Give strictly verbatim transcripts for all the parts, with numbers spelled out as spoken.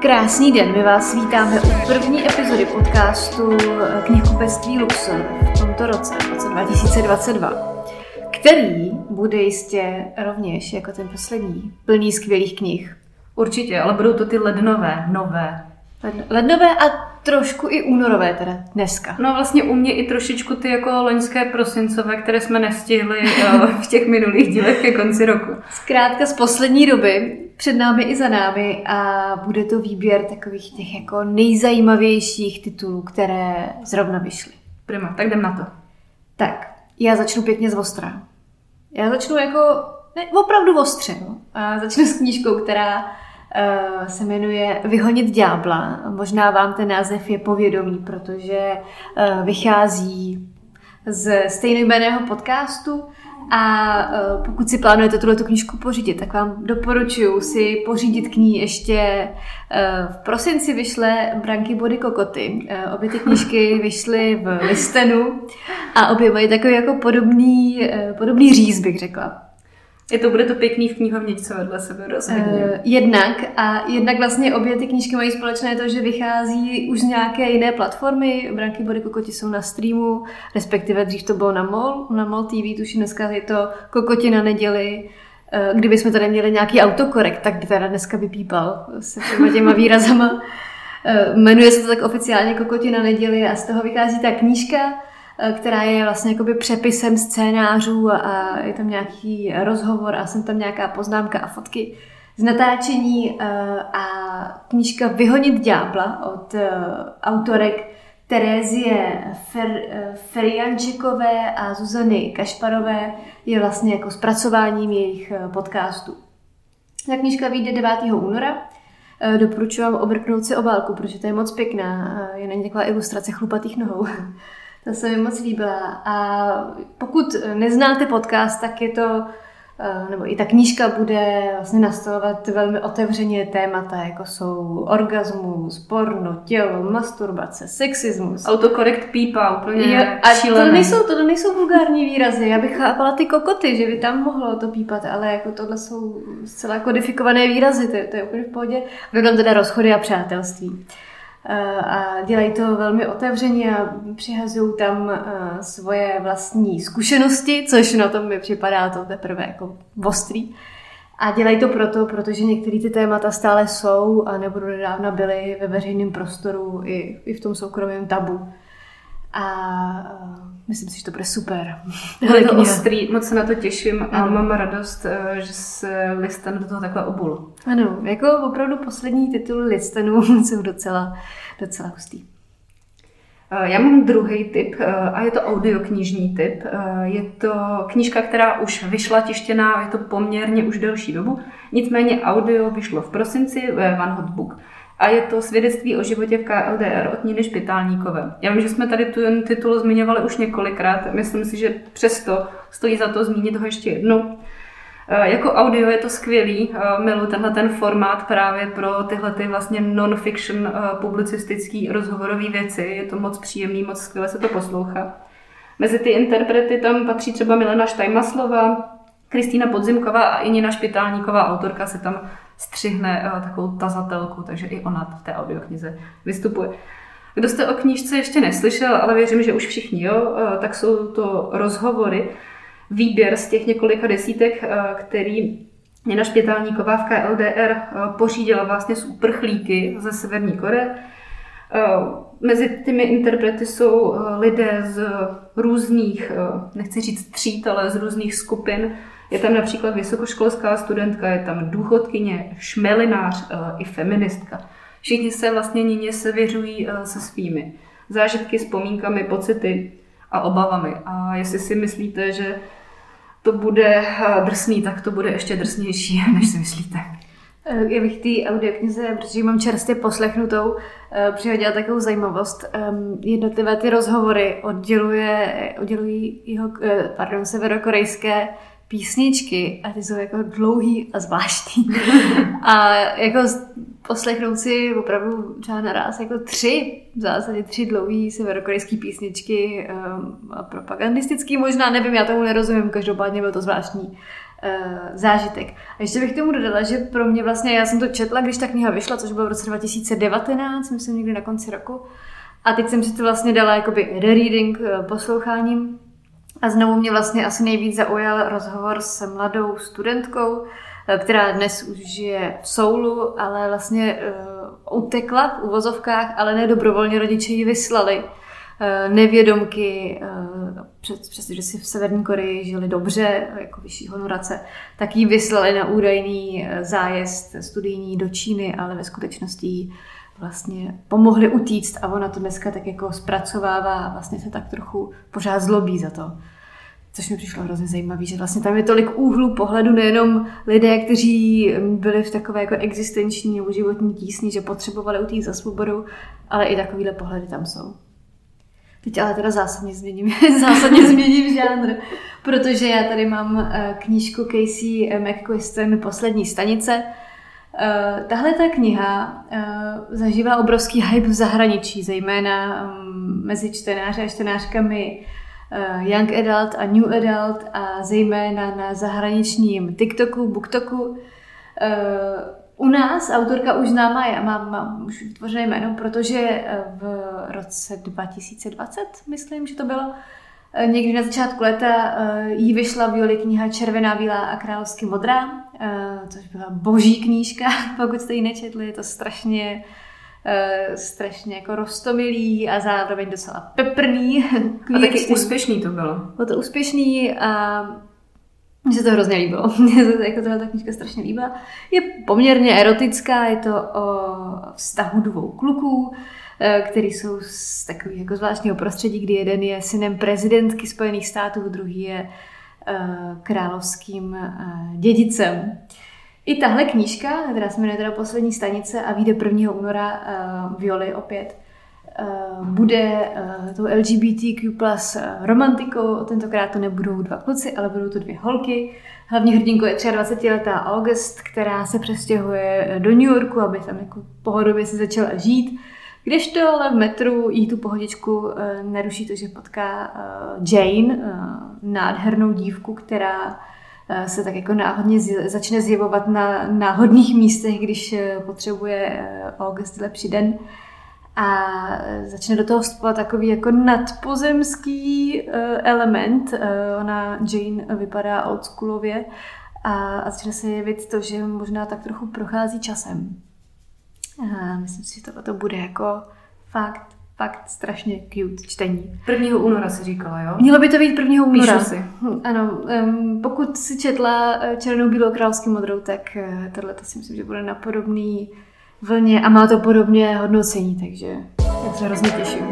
Krásný den, my vás vítáme u první epizody podcastu Knihkupectví Luxor v tomto roce, v roce dva tisíce dvacet dva, který bude jistě rovněž jako ten poslední, plný skvělých knih. Určitě, ale budou to ty lednové, nové. Lednové a trošku i únorové teda dneska. No vlastně u mě i trošičku ty jako loňské prosincové, které jsme nestihli v těch minulých dílech ke konci roku. Zkrátka z poslední doby, před námi i za námi, a bude to výběr takových těch jako nejzajímavějších titulů, které zrovna vyšly. Prima, tak jdem na to. Tak, já začnu pěkně z ostra. Já začnu jako, ne, opravdu ostře, no. A začnu s knížkou, která Uh, se jmenuje Vyhonit ďábla. Možná vám ten název je povědomý, protože uh, vychází z stejnojmenného podcastu a uh, pokud si plánujete tuhletu knížku pořídit, tak vám doporučuji si pořídit k ní ještě uh, v prosinci vyšle Branky Body Kokoty. Uh, obě ty knížky vyšly v listenu a obě mají takový jako podobný, uh, podobný říz, bych řekla. Je to, bude to pěkný v knihovně, co vedle sebe rozhodně. Uh, jednak a jednak vlastně obě ty knížky mají společné to, že vychází už z nějaké jiné platformy. Branky Body Kokoti jsou na streamu, respektive dřív to bylo na MOL, na MOL T V, tuším dneska je to Kokoti na neděli. Uh, kdyby jsme tady měli nějaký autokorekt, tak by teda dneska vypípal se těma těma výrazama. Uh, jmenuje se to tak oficiálně Kokoti na neděli a z toho vychází ta knížka, která je vlastně jakoby přepisem scénářů a je tam nějaký rozhovor a jsem tam nějaká poznámka a fotky z natáčení a knížka Vyhonit ďábla od autorek Terezie Fer, Ferjančikové a Zuzany Kašparové je vlastně jako zpracováním jejich podcastu. Ta knížka vyjde devátého února. Doporučuji vám obrknout si obálku, protože to je moc pěkná. Je na ní taková ilustrace chlupatých nohou. To se mi moc líbila. A pokud neznáte podcast, tak je to, nebo i ta knížka bude vlastně nastolovat velmi otevřeně témata, jako jsou orgasmus, porno, tělo, masturbace, sexismus. Autokorekt pípá úplně jo, a šílené. To nejsou, to nejsou vulgární výrazy. Já bych chápala ty kokoty, že by tam mohlo to pípat, ale jako tohle jsou zcela kodifikované výrazy, to, to je úplně v pohodě. Dodám teda rozchody a přátelství. A dělají to velmi otevřeně a přihazují tam svoje vlastní zkušenosti, což na tom mi připadá to teprve jako ostrý. A dělají to proto, protože některé ty témata stále jsou a nebo nedávna byly ve veřejném prostoru i, i v tom soukromém tabu. A myslím si, že to bude super. Je to ostrý, moc se na to těším a ano. Mám radost, že se Listen do toho takhle obul. Ano, jako opravdu poslední tituly Listenu jsou docela, docela hustý. Já mám druhý tip a je to audioknižní tip. Je to knížka, která už vyšla tištěná, je to poměrně už delší dobu. Nicméně audio vyšlo v prosinci ve One Hot Book. A je to Svědectví o životě v K L D R od Niny Špitálníkové. Já vím, že jsme tady ten titul zmiňovali už několikrát. Myslím si, že přesto stojí za to zmínit ho ještě jednou. Jako audio je to skvělý. Miluji tenhle ten formát právě pro tyhle ty vlastně non-fiction publicistický rozhovorové věci. Je to moc příjemný, moc skvěle se to poslouchá. Mezi ty interprety tam patří třeba Milena Štajmaslová, Kristýna Podzimková a i Nina Špitálníková, autorka, se tam střihne uh, takovou tazatelku, takže i ona v té audioknize vystupuje. Kdo jste o knížce ještě neslyšel, ale věřím, že už všichni, jo, uh, tak jsou to rozhovory, výběr z těch několika desítek, uh, který Nina Špitálníková v K L D R uh, pořídila vlastně z uprchlíky ze Severní Koreje. Uh, mezi těmi interprety jsou uh, lidé z různých, uh, nechci říct tříd, ale z různých skupin. Je tam například vysokoškolská studentka, je tam důchodkyně, šmelinář i feministka. Všichni se vlastně Nině svěřují se svými zážitky, vzpomínkami, pocity a obavami. A jestli si myslíte, že to bude drsný, tak to bude ještě drsnější, než si myslíte. Já bych té audioknize, protože mám čerstvě poslechnutou, přihodila takovou zajímavost. Jednotlivé ty rozhovory odděluje, oddělují jeho, pardon, severokorejské písničky a ty jsou jako dlouhý a zvláštní. A jako poslechnout si opravdu třeba naraz jako tři, v zásadě tři dlouhý severokorejský písničky um, a propagandistický možná, nevím, já tomu nerozumím, každopádně byl to zvláštní zážitek. A ještě bych tomu dodala, že pro mě vlastně, já jsem to četla, když ta kniha vyšla, což bylo v roce dva tisíce devatenáct, myslím někdy na konci roku. A teď jsem si to vlastně dala jakoby rereading posloucháním. A znovu mě vlastně asi nejvíc zaujal rozhovor s mladou studentkou, která dnes už je v Soulu, ale vlastně uh, utekla v uvozovkách, ale ne dobrovolně, rodiče ji vyslali. Uh, nevědomky, uh, přes, přestože si v Severní Koreji žili dobře, jako vyšší honorace, tak ji vyslali na údajný zájezd studijní do Číny, ale ve skutečnosti jí vlastně pomohli utíct a ona to dneska tak jako zpracovává a vlastně se tak trochu pořád zlobí za to. Což mi přišlo hrozně zajímavé, že vlastně tam je tolik úhlů pohledu, nejenom lidé, kteří byli v takové jako existenční nebo životní tísni, že potřebovali utíct za svobodou, ale i takovýhle pohledy tam jsou. Teď ale teda zásadně změním, zásadně změním žánr, protože já tady mám knížku Casey McQuiston Poslední stanice. Tahle ta kniha zažívá obrovský hype v zahraničí, zejména mezi čtenáři a čtenářkami Young Adult a New Adult a zejména na zahraničním TikToku, BookToku. U nás autorka už známá je, mám, mám už vytvořené jméno, protože v roce dva tisíce dvacet, myslím, že to bylo, někdy na začátku léta jí vyšla Violy kniha Červená, bílá a královsky modrá, což byla boží knížka, pokud jste ji nečetli, je to strašně strašně jako roztomilý a zároveň docela peprný. A taky úspěšný to bylo. Bylo to úspěšný a mně se to hrozně líbilo. Mně se jako ta knížka strašně líbila. Je poměrně erotická, je to o vztahu dvou kluků, který jsou z takového jako zvláštního prostředí, kdy jeden je synem prezidentky Spojených států, druhý je královským dědicem. I tahle knížka, která se jmenuje teda Poslední stanice a vyjde prvního února uh, Violy opět, uh, bude uh, tou L G B T Q plus romantikou. Tentokrát to nebudou dva kluci, ale budou to dvě holky. Hlavní hrdinkou je dvacetiletá August, která se přestěhuje do New Yorku, aby tam jako pohodově si začala žít. Kdežto ale v metru jí tu pohodičku uh, neruší to, že potká uh, Jane, uh, nádhernou dívku, která se tak jako náhodně začne zjevovat na náhodných místech, když potřebuje August lepší den. A začne do toho vstupovat takový jako nadpozemský element. Ona, Jane, vypadá oldschoolově a začne se jevit to, že možná tak trochu prochází časem. A myslím si, že to bude jako fakt Fakt strašně cute čtení. prvního února si říkala, jo? Mělo by to být prvního února. Píšu si. Ano, um, pokud si četla Černou, bílou, královsky modrou, tak uh, tohle si myslím, že bude na podobný vlně a má to podobně hodnocení, takže já se hrozně těším.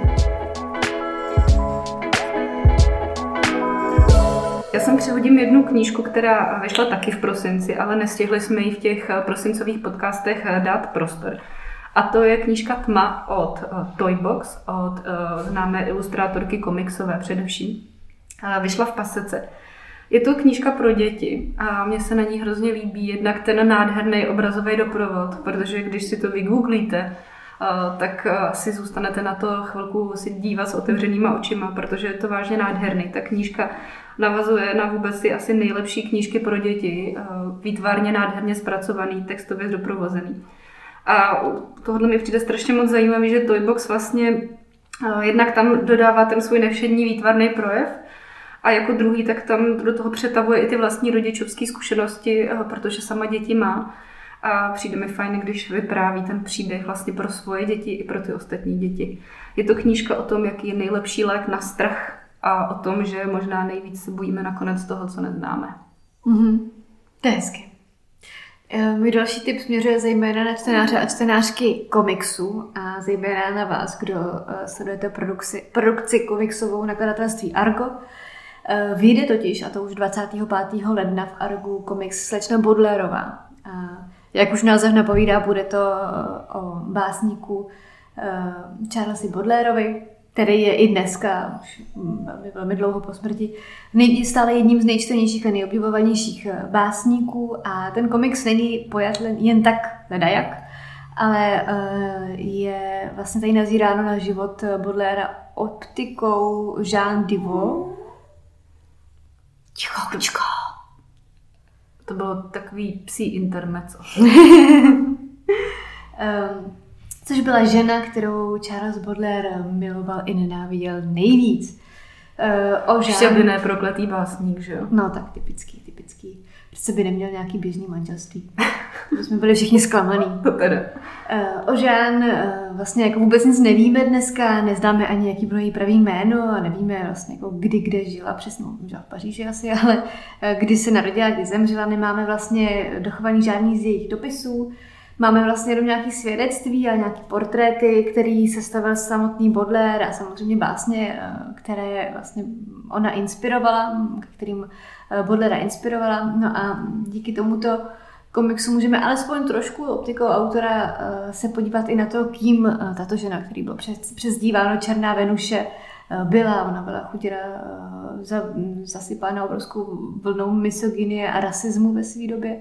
Já jsem přehodím jednu knížku, která vyšla taky v prosinci, ale nestihli jsme ji v těch prosincových podcastech dát prostor. A to je knížka Tma od uh, Toybox, od uh, známé ilustrátorky komiksové především. Uh, vyšla v pasece. Je to knížka pro děti a mně se na ní hrozně líbí jednak ten nádherný obrazový doprovod, protože když si to vygooglíte, uh, tak uh, si zůstanete na to chvilku si dívat s otevřenýma očima, protože je to vážně nádherný. Ta knížka navazuje na vůbec ty asi nejlepší knížky pro děti, uh, výtvarně nádherně zpracovaný, textově doprovozený. A tohle mi přijde strašně moc zajímavý, že Toybox vlastně uh, jednak tam dodává ten svůj nevšední výtvarný projev a jako druhý tak tam do toho přetavuje i ty vlastní rodičovské zkušenosti, uh, protože sama děti má. A přijde mi fajn, když vypráví ten příběh vlastně pro svoje děti i pro ty ostatní děti. Je to knížka o tom, jaký je nejlepší lék na strach a o tom, že možná nejvíc se bojíme nakonec toho, co neznáme. Mm-hmm. To je hezky. Můj další tip směřuje zejména na čtenáře a čtenářky komiksu a zejména na vás, kdo sledujete produkci, produkci komiksovou nakladatelství Argo. Vyjde totiž, a to už dvacátého pátého ledna v Argu, komiks Slečna Baudelairova. Jak už název napovídá, bude to o básníku Charlesi Baudelairovi, který je i dneska, už velmi, velmi dlouho po smrti, nej, stále jedním z nejčtenějších a nejobdivovanějších básníků a ten komiks není pojat jen tak ledajak, ale je vlastně tady nazíráno na život Baudelaira optikou Jean Divot. Ticho, ticho. To bylo takový psí intermezzo. um, což byla žena, kterou Charles Baudelaire miloval i nenáviděl nejvíc. Uh, o Šťabiné prokletý básník, že jo? No tak typický, typický. Přece by neměl nějaký běžný manželství. To jsme byli všichni zklamaný. To teda. Uh, o Jeanne uh, vlastně jako vůbec nic nevíme dneska, neznáme ani, jaký bylo její pravý jméno a nevíme vlastně jako kdy, kde žila, přesně, žila v Paříži asi, ale uh, kdy se narodila, kdy zemřela, nemáme vlastně dochovaný žádný z jejich dopisů. Máme vlastně jenom nějaké svědectví a nějaké portréty, které sestavil samotný Baudelaire a samozřejmě básně, které vlastně ona inspirovala, kterým Baudelaire inspirovala. No a díky tomuto komiksu můžeme alespoň trošku optikou autora se podívat i na to, kým tato žena, který byl přezdíváno Černá Venuše, byla. Ona byla chudě zasypána obrovskou vlnou misogynie a rasismu ve své době.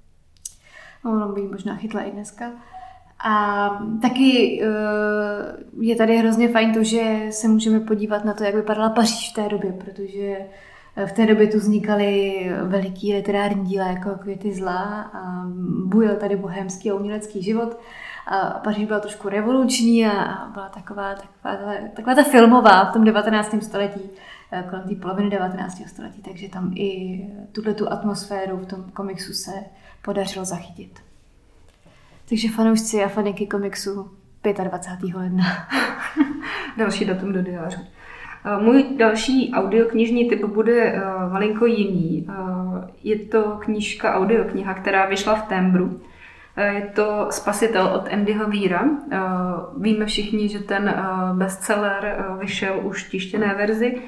Ono by ji možná chytla i dneska. A taky je tady hrozně fajn to, že se můžeme podívat na to, jak vypadala Paříž v té době, protože v té době tu vznikaly veliký literární díla jako Květy zla a bujel tady bohémský a umělecký život. A Paříž byla trošku revoluční a byla taková, taková, taková ta filmová v tom devatenáctém století, kolem té poloviny devatenáctého století, takže tam i tuhletu atmosféru v tom komiksu se podařilo zachytit. Takže fanoušci a faniky komiksu dvacátého pátého ledna. Další datum do diářů. Můj další audioknižní typ bude malinko jiný. Je to knížka, audiokniha, která vyšla v Tembru. Je to Spasitel od Andyho Weira. Víme všichni, že ten bestseller vyšel už v tištěné verzi.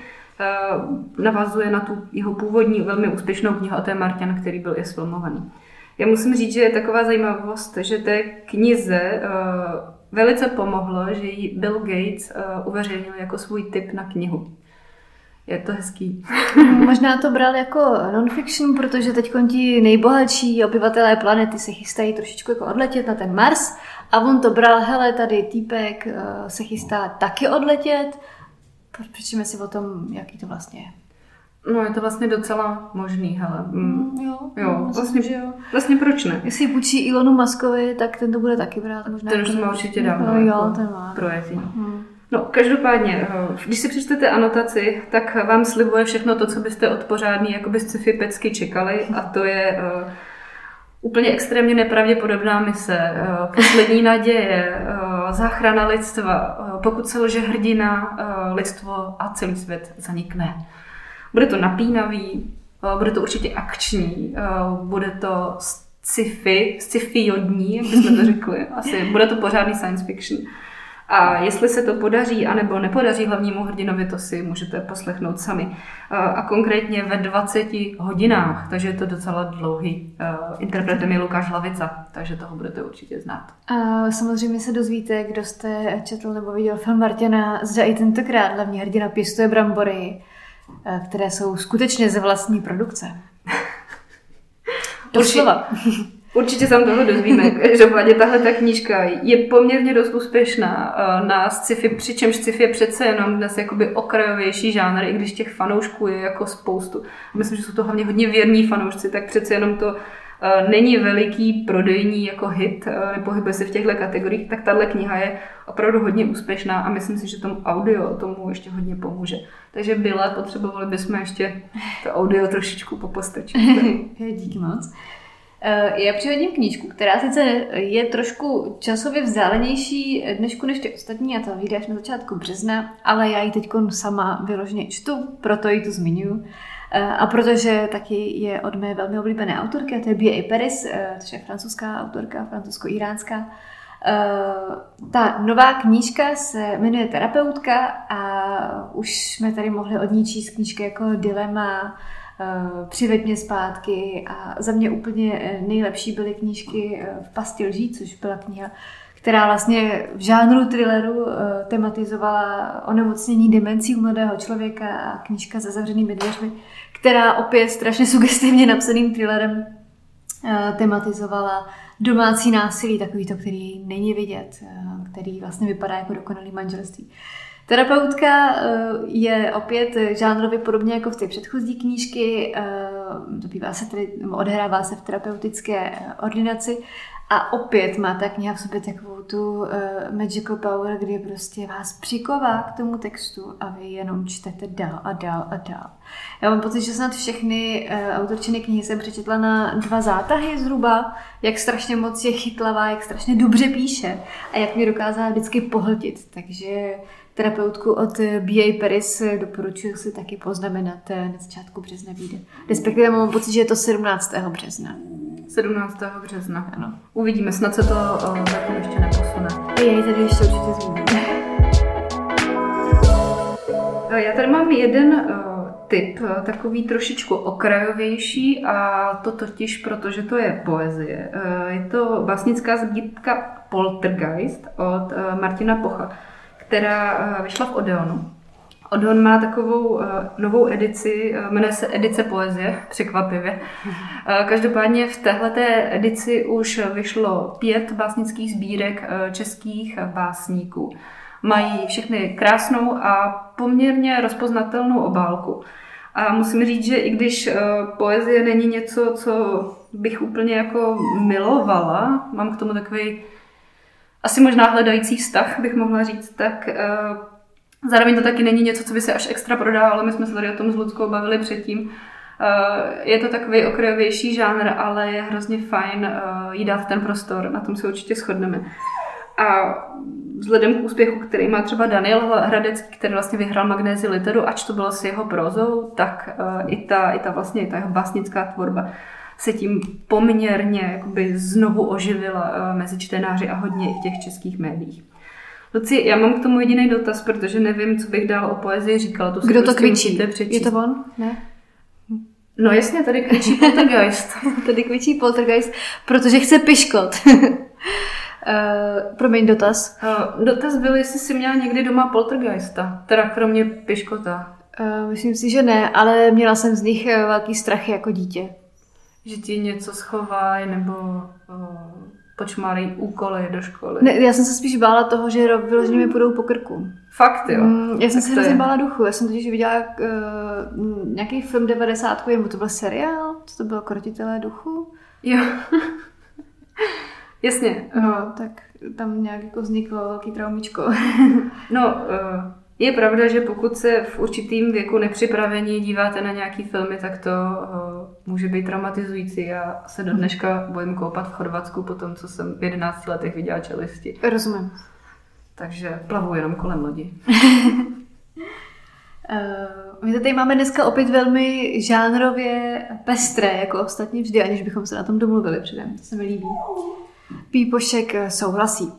Navazuje na tu jeho původní velmi úspěšnou knihu a to je Marťan, který byl i sfilmovaný. Já musím říct, že je taková zajímavost, že té knize velice pomohlo, že ji Bill Gates uveřejnil jako svůj tip na knihu. Je to hezký. Možná to bral jako non-fiction, protože teď ti nejbohatší obyvatelé planety se chystají trošičku jako odletět na ten Mars a on to bral, hele, tady týpek se chystá taky odletět. Přečteme si o tom, jaký to vlastně je. No, je to vlastně docela možný, hele. Mm, jo, jo, no, vlastně, že jo. Vlastně proč ne? Jestli půjčí Elonu Muskovi, tak ten to bude taky brát. Možná ten už má určitě dávno. No, jo, ten má. Projetí. Hmm. No, každopádně, když si přečtete anotaci, tak vám slibuje všechno to, co byste od pořádný jakoby sci-fi pecky čekali, a to je uh, úplně extrémně nepravděpodobná mise, uh, poslední naděje, uh, záchrana lidstva, uh, pokud se lže hrdina, uh, lidstvo a celý svět zanikne. Bude to napínavý, uh, bude to určitě akční, uh, bude to sci-fi, sci-fi-jodní, jak bychom to řekli, asi bude to pořádný science fiction. A jestli se to podaří, anebo nepodaří hlavnímu hrdinovi, to si můžete poslechnout sami. A konkrétně ve dvaceti hodinách, takže je to docela dlouhý. Interpretem je Lukáš Hlavica, takže toho budete určitě znát. A samozřejmě se dozvíte, kdo jste četl nebo viděl film Marťana, zda i tentokrát hlavní hrdina pěstuje brambory, které jsou skutečně ze vlastní produkce. Doslova. Určitě se toho dozvíme. Každopádně tahle ta knížka je poměrně dost úspěšná na sci-fi, přičemž sci-fi je přece jenom dnes jakoby okrajovější žánr, i když těch fanoušků je jako spoustu. Myslím, že jsou to hlavně hodně věrní fanoušci, tak přece jenom to není veliký prodejní jako hit, nepohybuje se v těchto kategoriích, tak tahle kniha je opravdu hodně úspěšná a myslím si, že tomu audio tomu ještě hodně pomůže. Takže Byle, potřebovali bychom ještě to audio trošičku popostrčit. Díky moc. Já přihodím knížku, která sice je trošku časově vzdálenější dnešku než ty ostatní a to vyjde až na začátku března, ale já ji teď sama vyloženě čtu, proto ji tu zmiňuji. A protože taky je od mé velmi oblíbené autorky, a to je B A Paris, což je francouzská autorka, francouzsko-iránská. Ta nová knížka se jmenuje Terapeutka a už jsme tady mohli od ní číst knížky jako Dilema, Přiveď mě zpátky a za mě úplně nejlepší byly knížky V pasti lží, což byla kniha, která vlastně v žánru thrilleru tematizovala onemocnění demencí u mladého člověka a knížka Za zavřenými dveřmi, která opět strašně sugestivně napsaným thrillerem tematizovala domácí násilí, takový to, který není vidět, který vlastně vypadá jako dokonalý manželství. Terapeutka je opět žánrově podobně jako v té předchozí knížky, dobývá se tedy, odehrává se v terapeutické ordinaci a opět má ta kniha v sobě takovou tu uh, magical power, kdy prostě vás přiková k tomu textu a vy jenom čtete dál a dál a dál. Já mám pocit, že snad všechny uh, autorčiny knihy jsem přečetla na dva zátahy zhruba, jak strašně moc je chytlavá, jak strašně dobře píše a jak mě dokázala vždycky pohltit. Takže terapeutku od B A Paris doporučuji si taky poznamenat, na začátku března vyjde. Respektive mám pocit, že je to sedmnáctého března. sedmnáctého března. Ano. Uvidíme, snad se to uh, zatím ještě neposune. Jej, tady ještě určitě zmíním. Já tady mám jeden uh, tip, uh, takový trošičku okrajovější, a to totiž, protože to je poezie. Uh, je to básnická sbírka Poltergeist od uh, Martina Pocha, která uh, vyšla v Odeonu. Odeon má takovou uh, novou edici, uh, jmenuje se Edice poezie, překvapivě. Uh, každopádně v téhleté edici už vyšlo pět básnických sbírek uh, českých básníků. Mají všechny krásnou a poměrně rozpoznatelnou obálku. A musím říct, že i když uh, poezie není něco, co bych úplně jako milovala, mám k tomu takový asi možná hledající vztah, bych mohla říct, tak uh, zároveň to taky není něco, co by se až extra prodávalo. My jsme se tady o tom s Ludskou bavili předtím. Uh, je to takový okrajovější žánr, ale je hrozně fajn uh, jí dát ten prostor, na tom se určitě shodneme. A vzhledem k úspěchu, který má třeba Daniel Hradecký, který vlastně vyhrál Magnézi literu, ač to bylo s jeho prózou, tak uh, i ta, i ta vlastně i ta jeho básnická tvorba se tím poměrně jakoby znovu oživila uh, mezi čtenáři a hodně i v těch českých médiích. Luci, já mám k tomu jediný dotaz, protože nevím, co bych dál o poezii říkala. To Kdo to kvičí? Je to on? Ne? No jasně, tady kvičí Poltergeist. Tady kvičí Poltergeist, protože chce piškot. Uh, promiň, dotaz. Uh, dotaz byl, jestli jsi měla někdy doma Poltergeista, teda kromě piškota. Uh, myslím si, že ne, ale měla jsem z nich velký strachy jako dítě. Že ti něco schovají nebo uh, počmárají úkoly do školy. Ne, já jsem se spíš bála toho, že vyloženě mi půjdou po krku. Fakt, jo? Mm, já jsem tak se hrozně bála duchu. Já jsem totiž viděla uh, nějaký film devadesátkový, nebo to byl seriál? Co to bylo, Krotitelé duchu? Jo. Jasně. No, tak tam nějak jako vzniklo velký traumičko. No, je pravda, že pokud se v určitým věku nepřipravení díváte na nějaký filmy, tak to může být traumatizující. Já se do dneška bojím koupat v Chorvatsku po tom, co jsem v jedenácti letech viděla Čelisti. Rozumím. Takže plavu jenom kolem lodi. Uh, my tady máme dneska opět velmi žánrově pestré, jako ostatně vždy, aniž bychom se na tom domluvili předem. To se mi líbí. Pípošek souhlasí.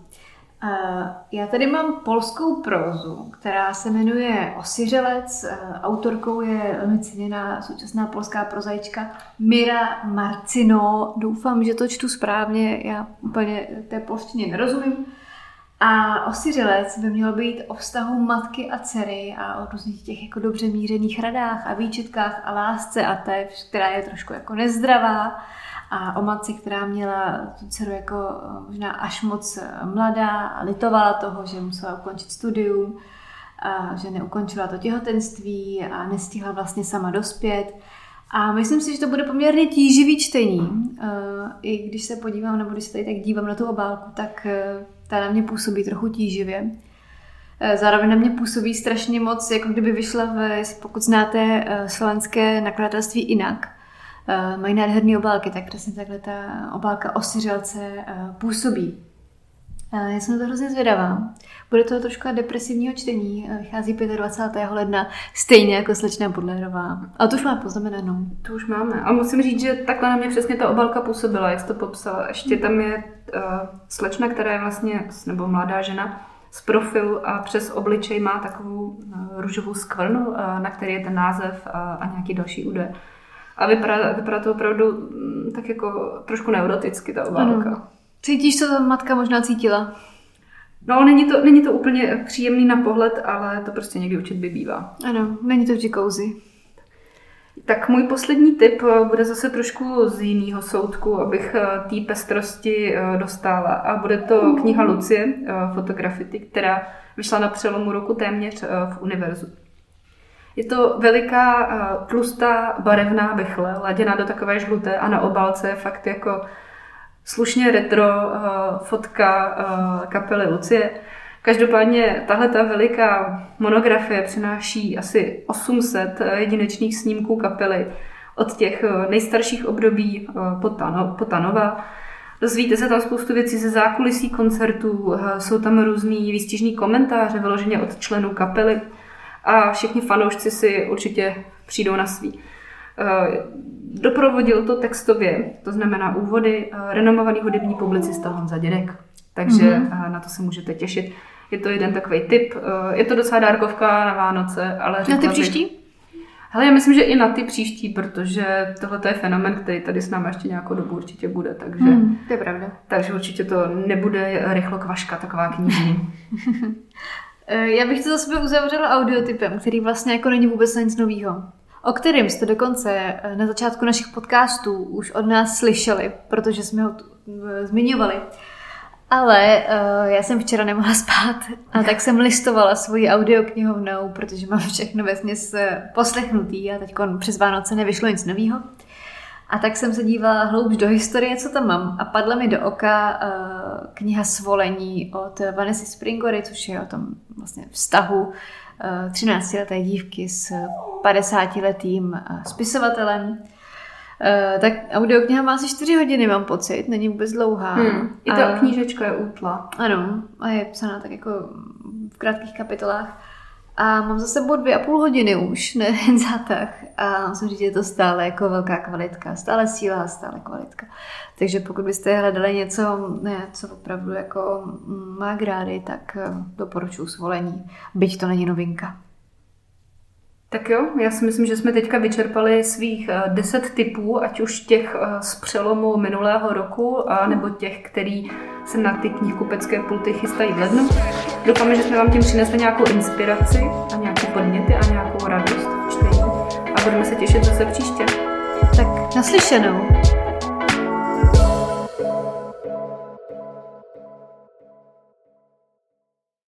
Já tady mám polskou prózu, která se jmenuje Osiřelec. Autorkou je velmi ceněná současná polská prozaička Mira Marcino. Doufám, že to čtu správně, já úplně té polštině nerozumím. A Osiřelec by mělo být o vztahu matky a dcery a o různých těch jako dobře mířených radách a výčitkách a lásce a té, která je trošku jako nezdravá. A o matce, která měla tu dceru jako možná až moc mladá a litovala toho, že musela ukončit studium, a že neukončila to těhotenství a nestihla vlastně sama dospět. A myslím si, že to bude poměrně tíživý čtení. I když se podívám, nebo když se tady tak dívám na tu obálku, tak ta na mě působí trochu tíživě. Zároveň na mě působí strašně moc, jako kdyby vyšla, v, pokud znáte slovenské nakladatelství Inak. Uh, mají nádherné obálky, tak přesně takhle ta obálka Osiřelce uh, působí. Uh, já jsem na to hrozně zvědavá. Bude to trošku depresivního čtení, uh, vychází dvacátého pátého ledna, stejně jako Slečna Bodlérová. A to už máme poznamenanou. To už máme. A musím říct, že takhle na mě přesně ta obálka působila, jak jsi to popsala. Ještě tam je uh, slečna, která je vlastně, nebo mladá žena, z profilu a přes obličej má takovou uh, růžovou skvrnu, uh, na který je ten název uh, a nějaký další údaje. A vypadá, vypadá to opravdu tak jako trošku neuroticky, ta obálka. Ano. Cítíš, co ta matka možná cítila? No, není to, není to úplně příjemný na pohled, ale to prostě někdy určitě by bývá. Ano, není to vždy kouzy. Tak můj poslední tip bude zase trošku z jiného soudku, abych té pestrosti dostala. A bude to kniha Lucie, Fotografity, která vyšla na přelomu roku téměř v Univerzu. Je to veliká tlustá barevná bychle, laděná do takové žluté a na obálce je fakt jako slušně retro fotka kapely Lucie. Každopádně tahle ta veliká monografie přináší asi osm set jedinečných snímků kapely od těch nejstarších období po Tanova. Dozvíte se tam spoustu věcí ze zákulisí koncertů, jsou tam různý výstižný komentáře vyloženě od členů kapely a všichni fanoušci si určitě přijdou na svý. Doprovodil to textově, to znamená úvody, renomovaný hudební publicista Honza Dědek. Takže mm-hmm. na to se můžete těšit. Je to jeden takový tip. Je to docela dárkovka na Vánoce, ale na ty příští? Hele, já myslím, že i na ty příští, protože tohle je fenomén, který tady s námi ještě nějakou dobu určitě bude. Takže, hmm, to je pravda. Takže určitě to nebude rychlo kvaška, taková knižní. Já bych to za sebe uzavřela audiotypem, který vlastně jako není vůbec nic novýho. O kterým jste dokonce na začátku našich podcastů už od nás slyšeli, protože jsme ho tu zmiňovali. Ale uh, já jsem včera nemohla spát a tak jsem listovala svoji audioknihovnou, protože mám všechno vesměs poslechnutý a teď přes Vánoce nevyšlo nic novýho. A tak jsem se dívala hloubš do historie, co tam mám. A padla mi do oka uh, kniha Svolení od Vanessy Springory, což je o tom vlastně vztahu uh, třináctileté dívky s padesátiletým uh, spisovatelem. Uh, tak audiokniha má asi čtyři hodiny, mám pocit, není vůbec dlouhá. Hmm. I ta a... knížečka je útla. Ano, a je psaná tak jako v krátkých kapitolách. A mám za sebou dvě a půl hodiny už, ne jen zátah. A musím říct, že je to stále jako velká kvalitka, stále síla a stále kvalitka. Takže pokud byste hledali něco, ne, co opravdu jako má grády, tak doporučuji Svolení, byť to není novinka. Tak jo, já si myslím, že jsme teďka vyčerpali svých deset tipů, ať už těch z přelomu minulého roku, a nebo těch, který se na ty knihkupecké pulty chystají v lednu. Doufáme, že jsme vám tím přinesli nějakou inspiraci a nějaké podněty a nějakou radost v čtení. A budeme se těšit zase příště. Tak naslyšenou.